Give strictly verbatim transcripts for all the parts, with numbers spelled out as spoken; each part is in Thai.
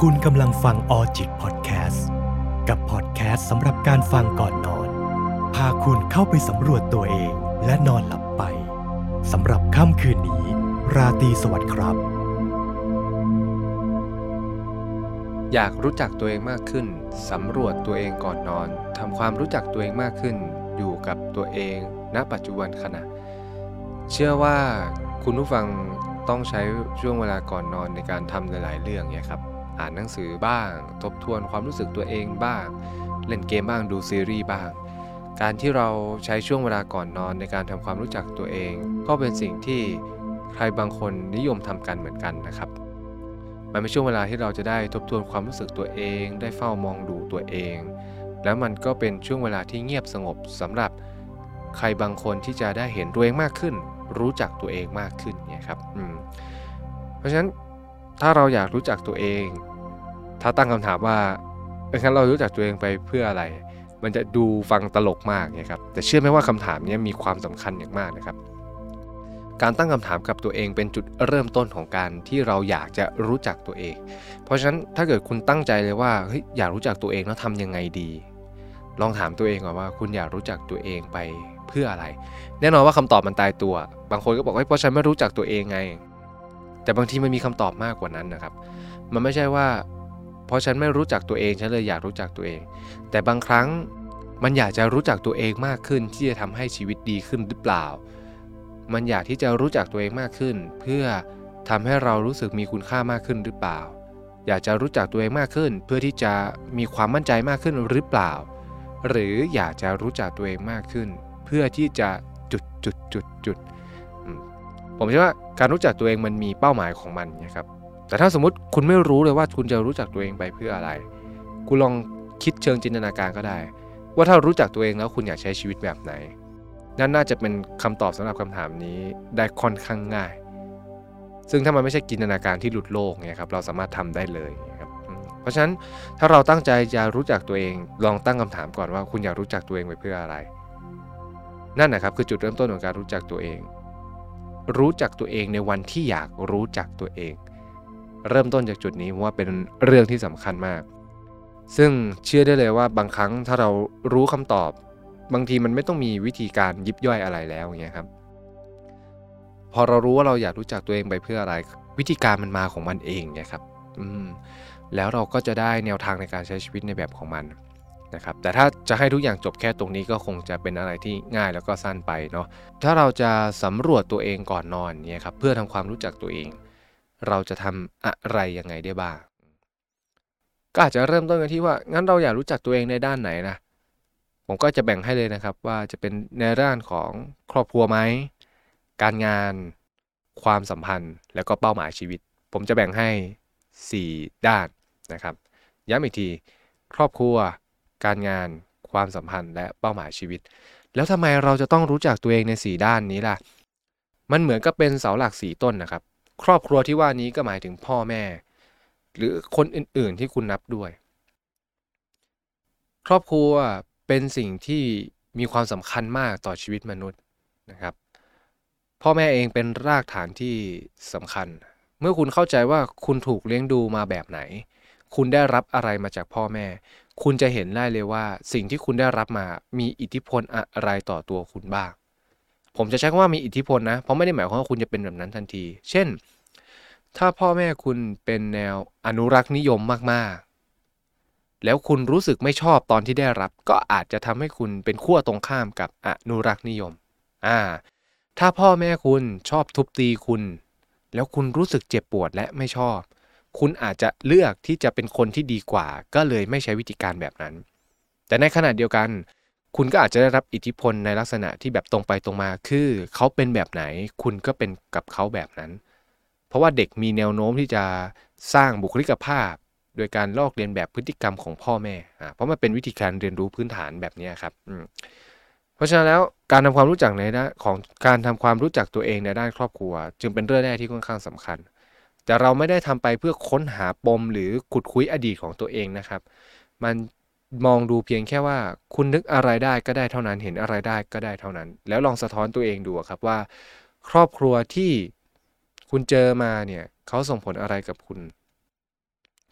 คุณกำลังฟังออจิตพอดแคสต์กับพอดแคสต์สำหรับการฟังก่อนนอนพาคุณเข้าไปสำรวจตัวเองและนอนหลับไปสำหรับค่ำคืนนี้ราตรีสวัสดิ์ครับอยากรู้จักตัวเองมากขึ้นสำรวจตัวเองก่อนนอนทำความรู้จักตัวเองมากขึ้นอยู่กับตัวเองณปัจจุบันขณะเชื่อว่าคุณผู้ฟังต้องใช้ช่วงเวลาก่อนนอนในการทำหลายๆเรื่องเนี่ยครับอ่านหนังสือบ้างทบทวนความรู้สึกตัวเองบ้างเล่นเกมบ้างดูซีรีส์บ้างการที่เราใช้ช่วงเวลาก่อนนอนในการทำความรู้จักตัวเองก็เป็นสิ่งที่ใครบางคนนิยมทำกันเหมือนกันนะครับมันเป็นช่วงเวลาที่เราจะได้ทบทวนความรู้สึกตัวเองได้เฝ้ามองดูตัวเองแล้วมันก็เป็นช่วงเวลาที่เงียบสงบสำหรับใครบางคนที่จะได้เห็นตัวเองมากขึ้นรู้จักตัวเองมากขึ้นเนี่ยครับอืมเพราะฉะนั้นถ้าเราอยากรู้จักตัวเองถ้าตั้งคำถามว่าเอองั้นเรารู้จักตัวเองไปเพื่ออะไรมันจะดูฟังตลกมากเนี่ยครับแต่เชื่อไหมว่าคำถามนี้มีความสำคัญอย่างมากนะครับการตั้งคำถามกับตัวเองเป็นจุดเริ่มต้นของการที่เราอยากจะรู้จักตัวเองเพราะฉะนั้นถ้าเกิดคุณตั้งใจเลยว่าเฮ้ยอยากรู้จักตัวเองแล้วทำยังไงดีลองถามตัวเองก่อนว่าคุณอยากรู้จักตัวเองไปเพื่ออะไรแน่นอนว่าคำตอบมันตายตัวบางคนก็บอกว่าเพราะฉันไม่รู้จักตัวเองไงแต่บางทีมันมีคำตอบมากกว่านั้นนะครับมันไม่ใช่ว่าเพราะฉันไม่รู้จักตัวเองฉันเลยอยากรู้จักตัวเองแต่บางครั้งมันอยากจะรู้จักตัวเองมากขึ้นที่จะทำให้ชีวิตดีขึ้นหรือเปล่ามันอยากที่จะรู้จักตัวเองมากขึ้นเพื่อทำให้เรารู้สึกมีคุณค่ามากขึ้นหรือเปล่าอยากจะรู้จักตัวเองมากขึ้นเพื่อที่จะมีความมั่นใจมากขึ้นหรือเปล่าหรืออยากจะรู้จักตัวเองมากขึ้นเพื่อที่จะจุดจุดจุดจุดผมเชื่อว่าการรู้จักตัวเองมันมีเป้าหมายของมันนะครับแต่ถ้าสมมติคุณไม่รู้เลยว่าคุณจะรู้จักตัวเองไปเพื่ออะไรคุณลองคิดเชิงจินตนาการก็ได้ว่าถ้ารู้จักตัวเองแล้วคุณอยากใช้ชีวิตแบบไหนนั่นน่าจะเป็นคำตอบสำหรับคำถามนี้ได้ค่อนข้างง่ายซึ่งถ้ามันไม่ใช่จินตนาการที่หลุดโลกเนี่ยครับเราสามารถทำได้เลยครับเพราะฉะนั้นถ้าเราตั้งใจจะรู้จักตัวเองลองตั้งคำถามก่อนว่าคุณอยากรู้จักตัวเองไปเพื่ออะไรนั่นนะครับคือจุดเริ่มต้นของการรู้จักตัวเองรู้จักตัวเองในวันที่อยากรู้จักตัวเองเริ่มต้นจากจุดนี้ว่าเป็นเรื่องที่สำคัญมากซึ่งเชื่อได้เลยว่าบางครั้งถ้าเรารู้คำตอบบางทีมันไม่ต้องมีวิธีการยิบย่อยอะไรแล้วอย่างเงี้ยครับพอเรารู้ว่าเราอยากรู้จักตัวเองไปเพื่ออะไรวิธีการมันมาของมันเองเนี่ยครับอืมแล้วเราก็จะได้แนวทางในการใช้ชีวิตในแบบของมันนะครับแต่ถ้าจะให้ทุกอย่างจบแค่ตรงนี้ก็คงจะเป็นอะไรที่ง่ายแล้วก็สั้นไปเนาะถ้าเราจะสำรวจตัวเองก่อนนอนเนี่ยครับเพื่อทำความรู้จักตัวเองเราจะทำอะไรยังไงได้บ้างก็อาจจะเริ่มต้นกันที่ว่างั้นเราอยากรู้จักตัวเองในด้านไหนนะผมก็จะแบ่งให้เลยนะครับว่าจะเป็นในด้านของครอบครัวไหมการงานความสัมพันธ์แล้วก็เป้าหมายชีวิตผมจะแบ่งให้สี่ด้านนะครับย้ำอีกทีครอบครัวการงานความสัมพันธ์และเป้าหมายชีวิตแล้วทำไมเราจะต้องรู้จักตัวเองในสี่ด้านนี้ล่ะมันเหมือนกับเป็นเสาหลักสี่ต้นนะครับครอบครัวที่ว่านี้ก็หมายถึงพ่อแม่หรือคนอื่นๆที่คุณนับด้วยครอบครัวเป็นสิ่งที่มีความสำคัญมากต่อชีวิตมนุษย์นะครับพ่อแม่เองเป็นรากฐานที่สำคัญเมื่อคุณเข้าใจว่าคุณถูกเลี้ยงดูมาแบบไหนคุณได้รับอะไรมาจากพ่อแม่คุณจะเห็นได้เลยว่าสิ่งที่คุณได้รับมามีอิทธิพลอะไรต่อตัวคุณบ้างผมจะใช้คำว่ามีอิทธิพลนะเพราะไม่ได้หมายความว่าคุณจะเป็นแบบนั้นทันทีเช่นถ้าพ่อแม่คุณเป็นแนวอนุรักษ์นิยมมากๆแล้วคุณรู้สึกไม่ชอบตอนที่ได้รับก็อาจจะทำให้คุณเป็นขั้วตรงข้ามกับอนุรักษ์นิยมอ่าถ้าพ่อแม่คุณชอบทุบตีคุณแล้วคุณรู้สึกเจ็บปวดและไม่ชอบคุณอาจจะเลือกที่จะเป็นคนที่ดีกว่าก็เลยไม่ใช้วิธีการแบบนั้นแต่ในขณะเดียวกันคุณก็อาจจะได้รับอิทธิพลในลักษณะที่แบบตรงไปตรงมาคือเขาเป็นแบบไหนคุณก็เป็นกับเขาแบบนั้นเพราะว่าเด็กมีแนวโน้มที่จะสร้างบุคลิกภาพโดยการลอกเลียนแบบพฤติกรรมของพ่อแม่อ่าเพราะมันเป็นวิธีการเรียนรู้พื้นฐานแบบนี้ครับอืมเพราะฉะนั้นแล้วการทำความรู้จักในด้านของการทำความรู้จักตัวเองในด้านครอบครัวจึงเป็นเรื่องแรกที่ค่อนข้างสำคัญแต่เราไม่ได้ทำไปเพื่อค้นหาปมหรือขุดคุยอดีตของตัวเองนะครับมันมองดูเพียงแค่ว่าคุณนึกอะไรได้ก็ได้เท่านั้นเห็นอะไรได้ก็ได้เท่านั้นแล้วลองสะท้อนตัวเองดูครับว่าครอบครัวที่คุณเจอมาเนี่ยเขาส่งผลอะไรกับคุณ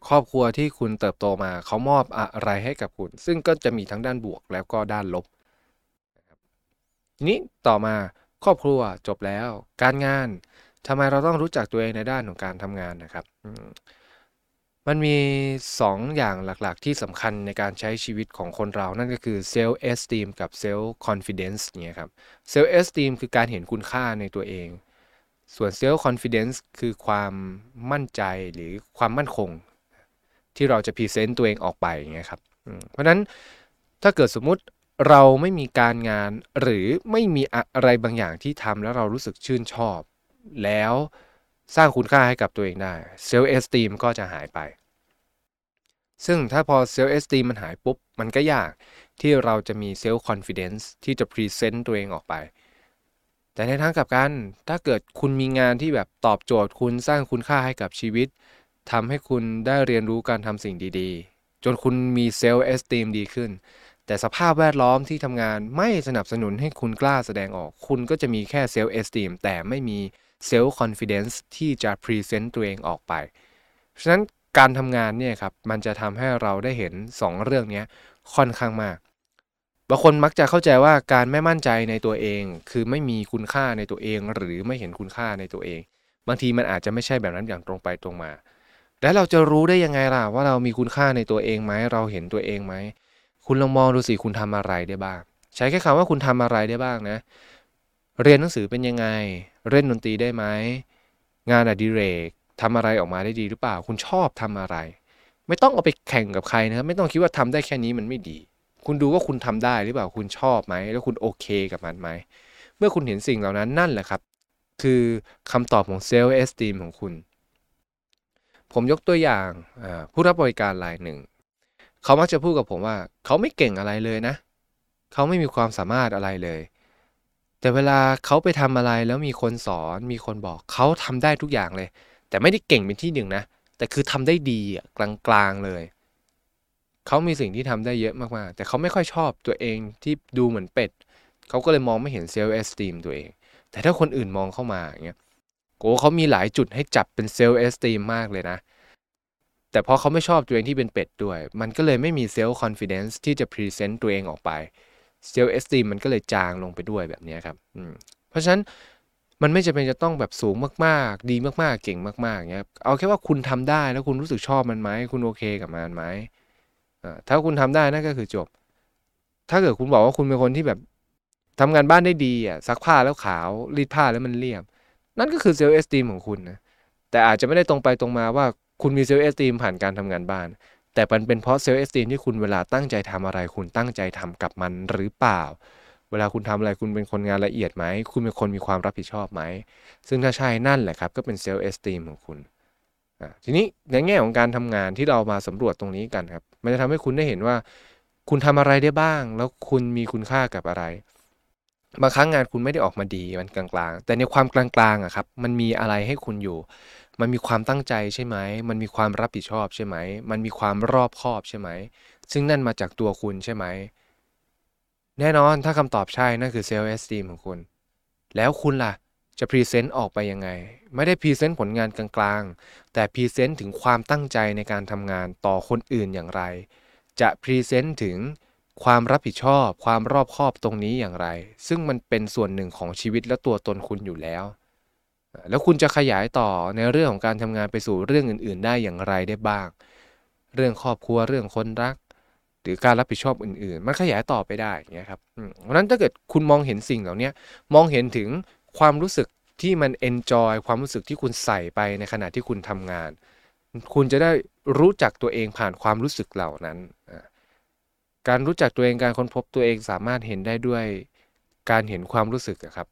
ครอบครัวที่คุณเติบโตมาเขามอบอะไรให้กับคุณซึ่งก็จะมีทั้งด้านบวกแล้วก็ด้านลบทีนี้ต่อมาครอบครัวจบแล้วการงานทำไมเราต้องรู้จักตัวเองในด้านของการทำงานนะครับมันมีสองอย่างหลักๆที่สำคัญในการใช้ชีวิตของคนเรานั่นก็คือ self esteem กับ self confidence เนี่ยครับ self esteem คือการเห็นคุณค่าในตัวเองส่วน self confidence คือความมั่นใจหรือความมั่นคงที่เราจะพรีเซนต์ตัวเองออกไปอย่างเงี้ยครับเพราะฉะนั้นถ้าเกิดสมมุติเราไม่มีการงานหรือไม่มีอะไรบางอย่างที่ทำแล้วเรารู้สึกชื่นชอบแล้วสร้างคุณค่าให้กับตัวเองได้ self esteem ก็จะหายไปซึ่งถ้าพอ self esteem มันหายปุ๊บมันก็ยากที่เราจะมี self confidence ที่จะพรีเซนต์ตัวเองออกไปแต่ในทางกลับกันถ้าเกิดคุณมีงานที่แบบตอบโจทย์คุณสร้างคุณค่าให้กับชีวิตทำให้คุณได้เรียนรู้การทำสิ่งดีๆจนคุณมี self esteem ดีขึ้นแต่สภาพแวดล้อมที่ทำงานไม่สนับสนุนให้คุณกล้าแสดงออกคุณก็จะมีแค่ self esteem แต่ไม่มี self confidence ที่จะพรีเซนต์ตัวเองออกไปเพราะฉะนั้นการทำงานเนี่ยครับมันจะทำให้เราได้เห็นสองเรื่องนี้ค่อนข้างมากบางคนมักจะเข้าใจว่าการไม่มั่นใจในตัวเองคือไม่มีคุณค่าในตัวเองหรือไม่เห็นคุณค่าในตัวเองบางทีมันอาจจะไม่ใช่แบบนั้นอย่างตรงไปตรงมาแล้วเราจะรู้ได้ยังไงล่ะว่าเรามีคุณค่าในตัวเองไหมเราเห็นตัวเองไหมคุณลองมองดูสิคุณทำอะไรได้บ้างใช้แค่คำว่าคุณทำอะไรได้บ้างนะเรียนหนังสือเป็นยังไงเล่นดนตรีได้ไหมงานอดิเรกทำอะไรออกมาได้ดีหรือเปล่าคุณชอบทำอะไรไม่ต้องเอาไปแข่งกับใครนะครับไม่ต้องคิดว่าทำได้แค่นี้มันไม่ดีคุณดูว่าคุณทำได้หรือเปล่าคุณชอบไหมแล้วคุณโอเคกับมันไหมเมื่อคุณเห็นสิ่งเหล่านั้นนั่นแหละครับคือคำตอบของ self esteem ของคุณผมยกตัวอย่างผู้รับบริการรายหนึ่งเขามักจะพูดกับผมว่าเขาไม่เก่งอะไรเลยนะเขาไม่มีความสามารถอะไรเลยแต่เวลาเขาไปทำอะไรแล้วมีคนสอนมีคนบอกเขาทำได้ทุกอย่างเลยแต่ไม่ได้เก่งเป็นที่หนึ่งนะแต่คือทำได้ดีอ่ะกลางๆเลยเขามีสิ่งที่ทำได้เยอะมากๆแต่เขาไม่ค่อยชอบตัวเองที่ดูเหมือนเป็ดเขาก็เลยมองไม่เห็นเซลฟ์เอสตีมตัวเองแต่ถ้าคนอื่นมองเข้ามาอย่างเงี้ยโอ้เขามีหลายจุดให้จับเป็นเซลฟ์เอสตีมมากเลยนะแต่พอเขาไม่ชอบตัวเองที่เป็นเป็ดด้วยมันก็เลยไม่มีเซลฟ์คอนฟิเดนซ์ที่จะพรีเซนต์ตัวเองออกไปเซลฟ์เอสตีมมันก็เลยจางลงไปด้วยแบบนี้ครับเพราะฉะนั้นมันไม่จำเป็นจะต้องแบบสูงมากๆดีมากๆเก่งมากๆเงี้ยเอาแค่ว่าคุณทำได้แล้วคุณรู้สึกชอบมันไหมคุณโอเคกับมันไหมถ้าคุณทำได้นั่นก็คือจบถ้าเกิดคุณบอกว่าคุณเป็นคนที่แบบทำงานบ้านได้ดีอ่ะซักผ้าแล้วขาวรีดผ้าแล้วมันเรียบนั่นก็คือเซลฟ์เอสตีมของคุณนะแต่อาจจะไม่ได้ตรงไปตรงมาว่าคุณมีเซลฟ์เอสตีมผ่านการทำงานบ้านแต่มันเป็นเพราะเซลฟ์เอสตีมที่คุณเวลาตั้งใจทำอะไรคุณตั้งใจทำกับมันหรือเปล่าเวลาคุณทำอะไรคุณเป็นคนงานละเอียดไหมคุณเป็นคนมีความรับผิดชอบไหมซึ่งถ้าใช่นั่นแหละครับก็เป็นเซลฟ์เอสตีมของคุณทีนี้ในแง่ของการทำงานที่เรามาสำรวจตรงนี้กันครับมันจะทำให้คุณได้เห็นว่าคุณทำอะไรได้บ้างแล้วคุณมีคุณค่ากับอะไรบางครั้งงานคุณไม่ได้ออกมาดีมันกลางๆแต่ในความกลางๆอะครับมันมีอะไรให้คุณอยู่มันมีความตั้งใจใช่ไหมมันมีความรับผิดชอบใช่ไหมมันมีความรอบคอบใช่ไหมซึ่งนั่นมาจากตัวคุณใช่ไหมแน่นอนถ้าคำตอบใช่นั่นคือเซลฟ์เอสตีมของคุณแล้วคุณล่ะจะพรีเซนต์ออกไปยังไงไม่ได้พรีเซนต์ผลงานกลางๆแต่พรีเซนต์ถึงความตั้งใจในการทำงานต่อคนอื่นอย่างไรจะพรีเซนต์ถึงความรับผิดชอบความรอบคอบตรงนี้อย่างไรซึ่งมันเป็นส่วนหนึ่งของชีวิตและตัวตนคุณอยู่แล้วแล้วคุณจะขยายต่อในเรื่องของการทำงานไปสู่เรื่องอื่นๆได้อย่างไรได้บ้างเรื่องครอบครัวเรื่องคนรักหรือการรับผิดชอบอื่นๆมันขยายต่อไปได้อย่างเงี้ยครับเพราะฉะนั้นถ้าเกิดคุณมองเห็นสิ่งเหล่านี้มองเห็นถึงความรู้สึกที่มัน enjoy ความรู้สึกที่คุณใส่ไปในขณะที่คุณทำงานคุณจะได้รู้จักตัวเองผ่านความรู้สึกเหล่านั้นการรู้จักตัวเองการค้นพบตัวเองสามารถเห็นได้ด้วยการเห็นความรู้สึกครับ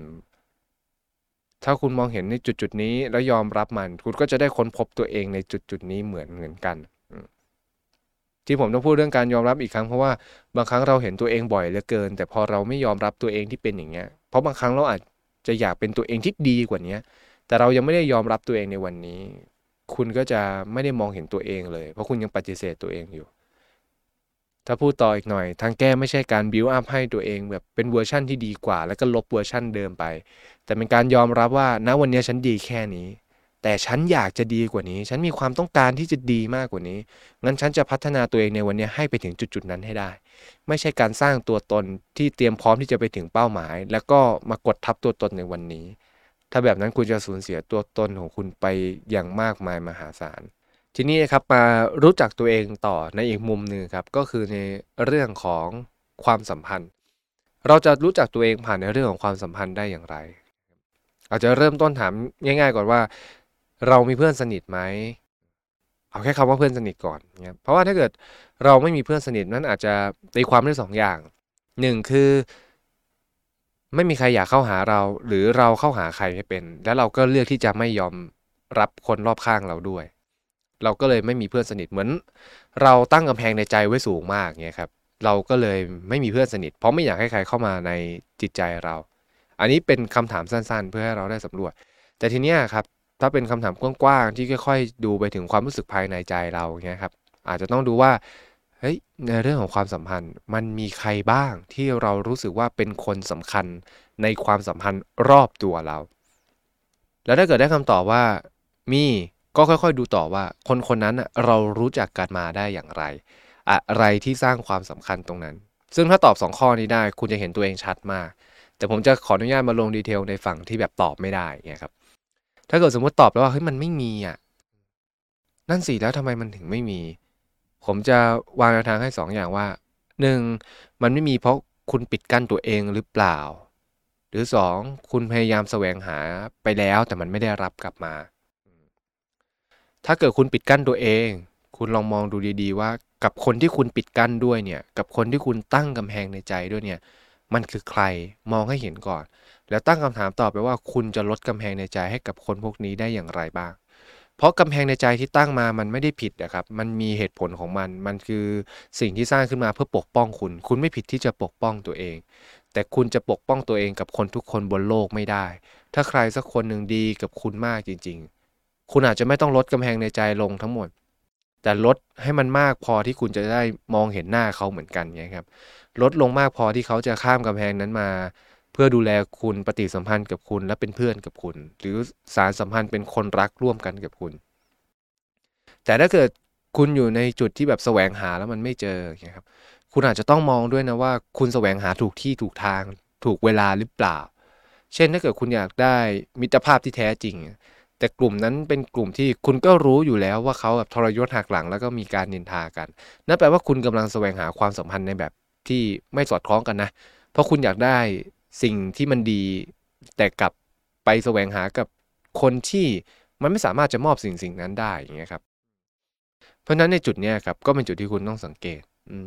ถ้าคุณมองเห็นในจุดๆนี้แล้วยอมรับมันคุณก็จะได้ค้นพบตัวเองในจุดๆนี้เหมือนเหมือนกันที่ผมต้องพูดเรื่องการยอมรับอีกครั้งเพราะว่าบางครั้งเราเห็นตัวเองบ่อยเหลือเกินแต่พอเราไม่ยอมรับตัวเองที่เป็นอย่างเงี้ยเพราะบางครั้งเราอาจจะอยากเป็นตัวเองที่ดีกว่านี้แต่เรายังไม่ได้ยอมรับตัวเองในวันนี้คุณก็จะไม่ได้มองเห็นตัวเองเลยเพราะคุณยังปฏิเสธตัวเองอยู่ถ้าพูดต่ออีกหน่อยทางแก้ไม่ใช่การบิวอัพให้ตัวเองแบบเป็นเวอร์ชั่นที่ดีกว่าแล้วก็ลบเวอร์ชั่นเดิมไปแต่เป็นการยอมรับว่าณวันนี้ฉันดีแค่นี้แต่ฉันอยากจะดีกว่านี้ฉันมีความต้องการที่จะดีมากกว่านี้งั้นฉันจะพัฒนาตัวเองในวันนี้ให้ไปถึงจุดๆนั้นให้ได้ไม่ใช่การสร้างตัวตนที่เตรียมพร้อมที่จะไปถึงเป้าหมายแล้วก็มากดทับตัวตนในวันนี้ถ้าแบบนั้นคุณจะสูญเสียตัวตนของคุณไปอย่างมากมายมหาศาลทีนี้ครับมารู้จักตัวเองต่อในอีกมุมหนึ่งครับก็คือในเรื่องของความสัมพันธ์เราจะรู้จักตัวเองผ่านในเรื่องของความสัมพันธ์ได้อย่างไรอาจจะเริ่มต้นถามง่ายๆก่อนว่าเรามีเพื่อนสนิทไหมเอาแค่คำว่าเพื่อนสนิทก่อนเนี่ยเพราะว่าถ้าเกิดเราไม่มีเพื่อนสนิทนั้นอาจจะตีความได้สองอย่างหนึ่งคือไม่มีใครอยากเข้าหาเราหรือเราเข้าหาใครไม่เป็นแล้วเราก็เลือกที่จะไม่ยอมรับคนรอบข้างเราด้วยเราก็เลยไม่มีเพื่อนสนิทเหมือนเราตั้งกำแพงในใจไว้สูงมากเงี้ยครับเราก็เลยไม่มีเพื่อนสนิทเพราะไม่อยากให้ใครเข้ามาในจิตใจเราอันนี้เป็นคำถามสั้นๆเพื่อให้เราได้สำรวจแต่ทีเนี้ยครับถ้าเป็นคำถามกว้างๆที่ค่อยๆดูไปถึงความรู้สึกภายในใจเราเงี้ยครับอาจจะต้องดูว่าเฮ้ยในเรื่องของความสัมพันธ์มันมีใครบ้างที่เรารู้สึกว่าเป็นคนสำคัญในความสัมพันธ์รอบตัวเราแล้วถ้าเกิดได้คำตอบว่ามีก็ค่อยๆดูต่อว่าคนคนนั้นเรารู้จักกันมาได้อย่างไรอะไรที่สร้างความสำคัญตรงนั้นซึ่งถ้าตอบสองข้อนี้ได้คุณจะเห็นตัวเองชัดมากแต่ผมจะขออนุญาตมาลงดีเทลในฝั่งที่แบบตอบไม่ได้เงี้ยครับถ้าเกิดสมมติตอบแล้วว่าเฮ้ยมันไม่มีอ่ะนั่นสิแล้วทำไมมันถึงไม่มีผมจะวางแนวทางให้สองอย่างว่าหนึ่งมันไม่มีเพราะคุณปิดกั้นตัวเองหรือเปล่าหรือสองคุณพยายามแสวงหาไปแล้วแต่มันไม่ได้รับกลับมาถ้าเกิดคุณปิดกั้นตัวเองคุณลองมองดูดีๆว่ากับคนที่คุณปิดกั้นด้วยเนี่ยกับคนที่คุณตั้งกำแพงในใจด้วยเนี่ยมันคือใครมองให้เห็นก่อนแล้วตั้งคำถามต่อไปว่าคุณจะลดกำแพงในใจให้กับคนพวกนี้ได้อย่างไรบ้างเพราะกำแพงในใจที่ตั้งมามันไม่ได้ผิดนะครับมันมีเหตุผลของมันมันคือสิ่งที่สร้างขึ้นมาเพื่อปกป้องคุณคุณไม่ผิดที่จะปกป้องตัวเองแต่คุณจะปกป้องตัวเองกับคนทุกคนบนโลกไม่ได้ถ้าใครสักคนหนึ่งดีกับคุณมากจริงๆคุณอาจจะไม่ต้องลดกำแพงในใจลงทั้งหมดแต่ลดให้มันมากพอที่คุณจะได้มองเห็นหน้าเขาเหมือนกันไงครับลดลงมากพอที่เขาจะข้ามกำแพงนั้นมาเพื่อดูแลคุณปฏิสัมพันธ์กับคุณและเป็นเพื่อนกับคุณหรือสารสัมพันธ์เป็นคนรักร่วมกันกับคุณแต่ถ้าเกิดคุณอยู่ในจุดที่แบบแสวงหาแล้วมันไม่เจอนะครับคุณอาจจะต้องมองด้วยนะว่าคุณแสวงหาถูกที่ถูกทางถูกเวลาหรือเปล่าเช่นถ้าเกิดคุณอยากได้มิตรภาพที่แท้จริงแต่กลุ่มนั้นเป็นกลุ่มที่คุณก็รู้อยู่แล้วว่าเขาแบบทรยศหักหลังแล้วก็มีการนินทากันนั่นแปลว่าคุณกำลังแสวงหาความสัมพันธ์ในแบบที่ไม่สอดคล้องกันนะเพราะคุณอยากได้สิ่งที่มันดีแต่กลับไปแสวงหากับคนที่มันไม่สามารถจะมอบสิ่งสิ่งนั้นได้อย่างเงี้ยครับเพราะฉะนั้นในจุดเนี้ยครับก็เป็นจุดที่คุณต้องสังเกต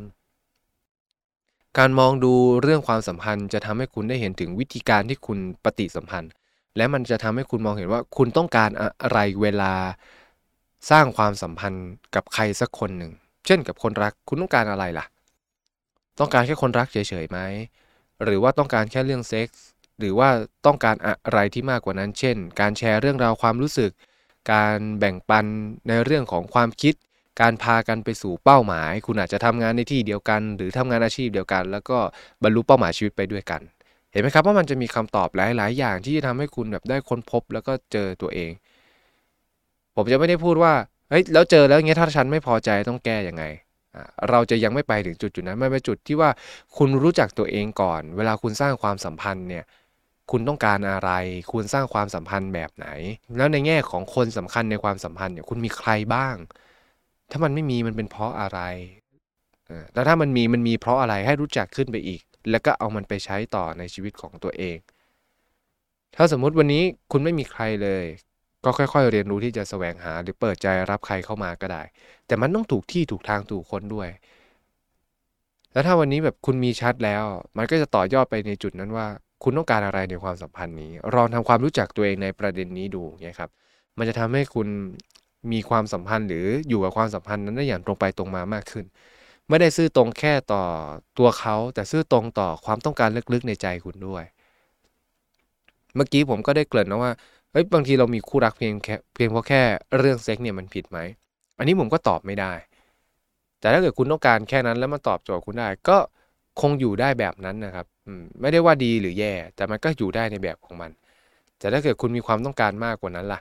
การมองดูเรื่องความสัมพันธ์จะทำให้คุณได้เห็นถึงวิธีการที่คุณปฏิสัมพันธ์และมันจะทำให้คุณมองเห็นว่าคุณต้องการอะไรเวลาสร้างความสัมพันธ์กับใครสักคนหนึ่งเช่นกับคนรักคุณต้องการอะไรล่ะต้องการแค่คนรักเฉยๆไหมหรือว่าต้องการแค่เรื่องเซ็กส์หรือว่าต้องการอะไรที่มากกว่านั้นเช่นการแชร์เรื่องราวความรู้สึกการแบ่งปันในเรื่องของความคิดการพากันไปสู่เป้าหมายคุณอาจจะทำงานในที่เดียวกันหรือทำงานอาชีพเดียวกันแล้วก็บรรลุเป้าหมายชีวิตไปด้วยกันเห็นไหมครับว่ามันจะมีคำตอบหลายๆอย่างที่จะทำให้คุณแบบได้ค้นพบแล้วก็เจอตัวเองผมจะไม่ได้พูดว่าเฮ้ยแล้วเจอแล้วเงี้ยถ้าฉันไม่พอใจต้องแก้ยังไงเราจะยังไม่ไปถึงจุดจุดนั้นมันเป็นจุดที่ว่าคุณรู้จักตัวเองก่อนเวลาคุณสร้างความสัมพันธ์เนี่ยคุณต้องการอะไรคุณสร้างความสัมพันธ์แบบไหนแล้วในแง่ของคนสำคัญในความสัมพันธ์เนี่ยคุณมีใครบ้างถ้ามันไม่มีมันเป็นเพราะอะไรแล้วถ้ามันมีมันมีเพราะอะไรให้รู้จักขึ้นไปอีกแล้วก็เอามันไปใช้ต่อในชีวิตของตัวเองถ้าสมมุติวันนี้คุณไม่มีใครเลยก็ค่อยๆเรียนรู้ที่จะแสวงหาหรือเปิดใจรับใครเข้ามาก็ได้แต่มันต้องถูกที่ถูกทางถูกคนด้วยแล้วถ้าวันนี้แบบคุณมีชัดแล้วมันก็จะต่อยอดไปในจุดนั้นว่าคุณต้องการอะไรในความสัมพันธ์นี้ลองทำความรู้จักตัวเองในประเด็นนี้ดูเนี่ยครับมันจะทำให้คุณมีความสัมพันธ์หรืออยู่กับความสัมพันธ์นั้นได้อย่างตรงไปตรงมามากขึ้นไม่ได้ซื่อตรงแค่ต่อตัวเขาแต่ซื่อตรงต่อความต้องการลึกๆในใจคุณด้วยเมื่อกี้ผมก็ได้เกริ่นนะว่าเฮ้ยบางทีเรามีคู่รักเพียงแค่เพียงเพราะแค่เรื่องเซ็กเนี่ยมันผิดไหมอันนี้ผมก็ตอบไม่ได้แต่ถ้าเกิดคุณต้องการแค่นั้นแล้วมันตอบโจทย์คุณได้ก็คงอยู่ได้แบบนั้นนะครับไม่ได้ว่าดีหรือแย่แต่มันก็อยู่ได้ในแบบของมันแต่ถ้าเกิดคุณมีความต้องการมากกว่านั้นล่ะ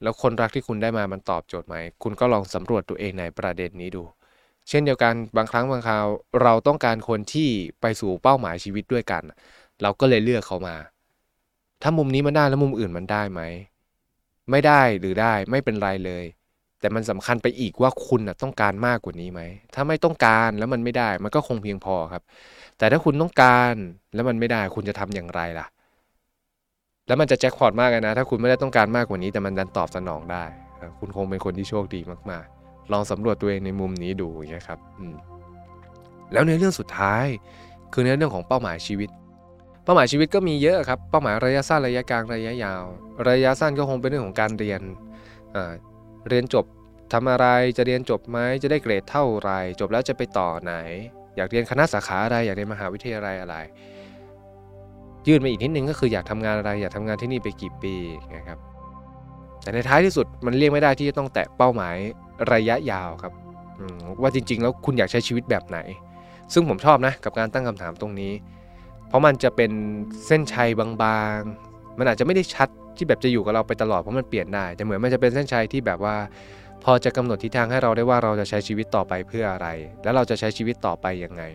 แล้วคนรักที่คุณได้มามันตอบโจทย์ไหมคุณก็ลองสำรวจตัวเองในประเด็นนี้ดูเช่นเดียวกันบางครั้งบางคราวเราต้องการคนที่ไปสู่เป้าหมายชีวิตด้วยกันเราก็เลยเลือกเขามาถ้ามุมนี้มันได้แล้วมุมอื่นมันได้ไหมไม่ได้หรือได้ไม่เป็นไรเลยแต่มันสำคัญไปอีกว่าคุณนะต้องการมากกว่านี้ไหมถ้าไม่ต้องการแล้วมันไม่ได้มันก็คงเพียงพอครับแต่ถ้าคุณต้องการแล้วมันไม่ได้คุณจะทำอย่างไรล่ะแล้วมันจะแจ็คพอตมากเลยนะถ้าคุณไม่ได้ต้องการมากกว่านี้แต่มันดันตอบสนองได้คุณคงเป็นคนที่โชคดีมากๆลองสำรวจตัวเองในมุมนี้ดูอย่างเงี้ยครับแล้วในเรื่องสุดท้ายคือในเรื่องของเป้าหมายชีวิตเป้าหมายชีวิตก็มีเยอะครับเป้าหมายระยะสั้นระยะกลางระยะยาวระยะสั้นก็คงเป็นเรื่องของการเรียนเรียนจบทำอะไรจะเรียนจบไหมจะได้เกรดเท่าไรจบแล้วจะไปต่อไหนอยากเรียนคณะสาขาอะไรอยากเรียนมหาวิทยาลัยอะไรยื่นมาอีกนิดนึงก็คืออยากทำงานอะไรอยากทำงานที่นี่ไปกี่ปีนะครับแต่ในท้ายที่สุดมันเลี่ยงไม่ได้ที่จะต้องแตะเป้าหมายระยะยาวครับว่าจริงๆแล้วคุณอยากใช้ชีวิตแบบไหนซึ่งผมชอบนะกับการตั้งคำถามตรงนี้เพราะมันจะเป็นเส้นชัยบางๆมันอาจจะไม่ได้ชัดที่แบบจะอยู่กับเราไปตลอดเพราะมันเปลี่ยนได้แต่เหมือนมันจะเป็นเส้นชัยที่แบบว่าพอจะกำหนดทิศทางให้เราได้ว่าเราจะใช้ชีวิตต่อไปเพื่ออะไรแล้วเราจะใช้ชีวิตต่อไปยังไง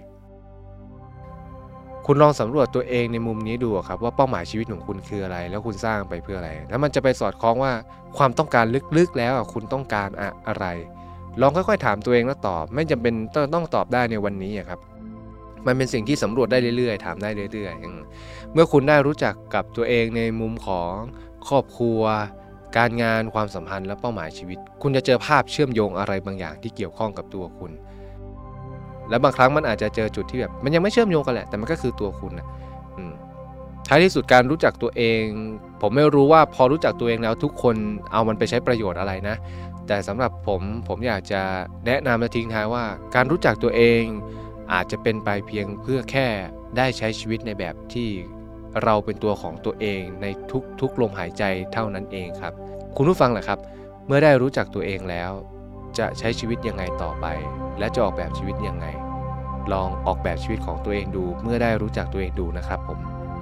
คุณลองสำรวจตัวเองในมุมนี้ดูครับว่าเป้าหมายชีวิตของคุณคืออะไรแล้วคุณสร้างไปเพื่ออะไรแล้วมันจะไปสอดคล้องว่าความต้องการลึกๆแล้วคุณต้องการอะไรลองค่อยๆถามตัวเองแล้วตอบไม่จำเป็นต้องตอบได้ในวันนี้ครับมันเป็นสิ่งที่สำรวจได้เรื่อยๆถามได้เรื่อยๆเมื่อคุณได้รู้จักกับตัวเองในมุมของครอบครัวการงานความสัมพันธ์และเป้าหมายชีวิตคุณจะเจอภาพเชื่อมโยงอะไรบางอย่างที่เกี่ยวข้องกับตัวคุณและบางครั้งมันอาจจะเจอจุดที่แบบมันยังไม่เชื่อมโยงกันแหละแต่มันก็คือตัวคุณนะท้ายที่สุดการรู้จักตัวเองผมไม่รู้ว่าพอรู้จักตัวเองแล้วทุกคนเอามันไปใช้ประโยชน์อะไรนะแต่สำหรับผมผมอยากจะแนะนำและทิ้งท้ายว่าการรู้จักตัวเองอาจจะเป็นไปเพียงเพื่อแค่ได้ใช้ชีวิตในแบบที่เราเป็นตัวของตัวเองในทุกๆลมหายใจเท่านั้นเองครับคุณผู้ฟังล่ะครับเมื่อได้รู้จักตัวเองแล้วจะใช้ชีวิตยังไงต่อไปและจะออกแบบชีวิตยังไงลองออกแบบชีวิตของตัวเองดูเมื่อได้รู้จักตัวเองดูนะครับผม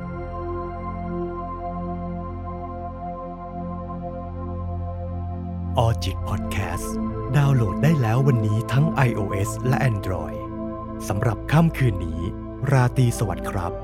ออจิตพอดแคสต์ดาวน์โหลดได้แล้ววันนี้ทั้ง iOS และ Android สำหรับค่ำคืนนี้ราตรีสวัสดิ์ครับ